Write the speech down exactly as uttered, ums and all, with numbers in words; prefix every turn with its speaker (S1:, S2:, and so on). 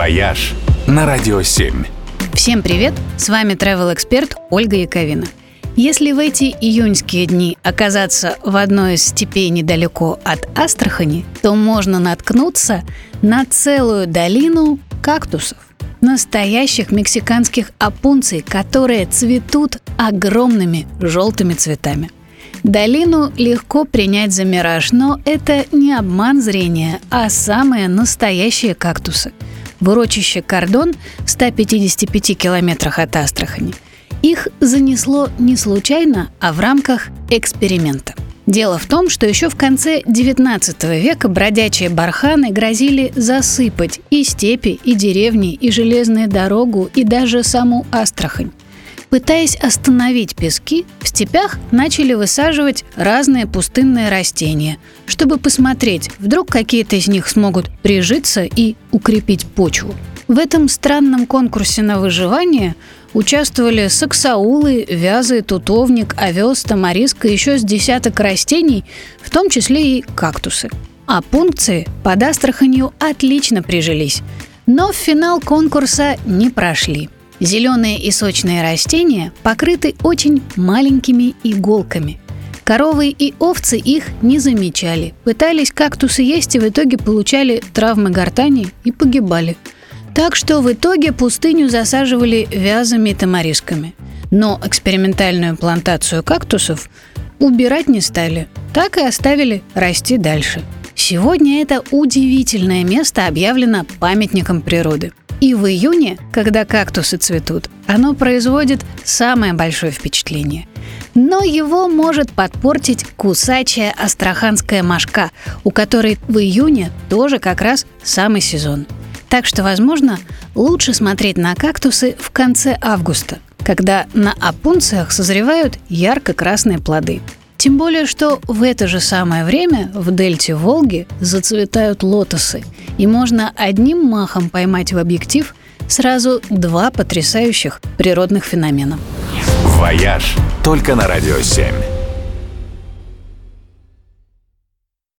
S1: «Вояж» на Радио семь.
S2: Всем привет! С вами travel-эксперт Ольга Яковина. Если в эти июньские дни оказаться в одной из степей недалеко от Астрахани, то можно наткнуться на целую долину кактусов. Настоящих мексиканских опунций, которые цветут огромными желтыми цветами. Долину легко принять за мираж, но это не обман зрения, а самые настоящие кактусы. В урочище Кордон в ста пятидесяти пяти километрах от Астрахани. Их занесло не случайно, а в рамках эксперимента. Дело в том, что еще в конце девятнадцатого века бродячие барханы грозили засыпать и степи, и деревни, и железную дорогу, и даже саму Астрахань. Пытаясь остановить пески, в степях начали высаживать разные пустынные растения, чтобы посмотреть, вдруг какие-то из них смогут прижиться и укрепить почву. В этом странном конкурсе на выживание участвовали саксаулы, вязы, тутовник, овес, тамариска и еще с десяток растений, в том числе и кактусы. Опунции под Астраханью отлично прижились, но в финал конкурса не прошли. Зеленые и сочные растения покрыты очень маленькими иголками. Коровы и овцы их не замечали, пытались кактусы есть и в итоге получали травмы гортани и погибали. Так что в итоге пустыню засаживали вязами и тамарисками. Но экспериментальную плантацию кактусов убирать не стали, так и оставили расти дальше. Сегодня это удивительное место объявлено памятником природы. И в июне, когда кактусы цветут, оно производит самое большое впечатление. Но его может подпортить кусачая астраханская мошка, у которой в июне тоже как раз самый сезон. Так что, возможно, лучше смотреть на кактусы в конце августа, когда на опунциях созревают ярко-красные плоды. Тем более, что в это же самое время в дельте Волги зацветают лотосы, и можно одним махом поймать в объектив сразу два потрясающих природных феномена.
S1: «Вояж» только на Радио семь.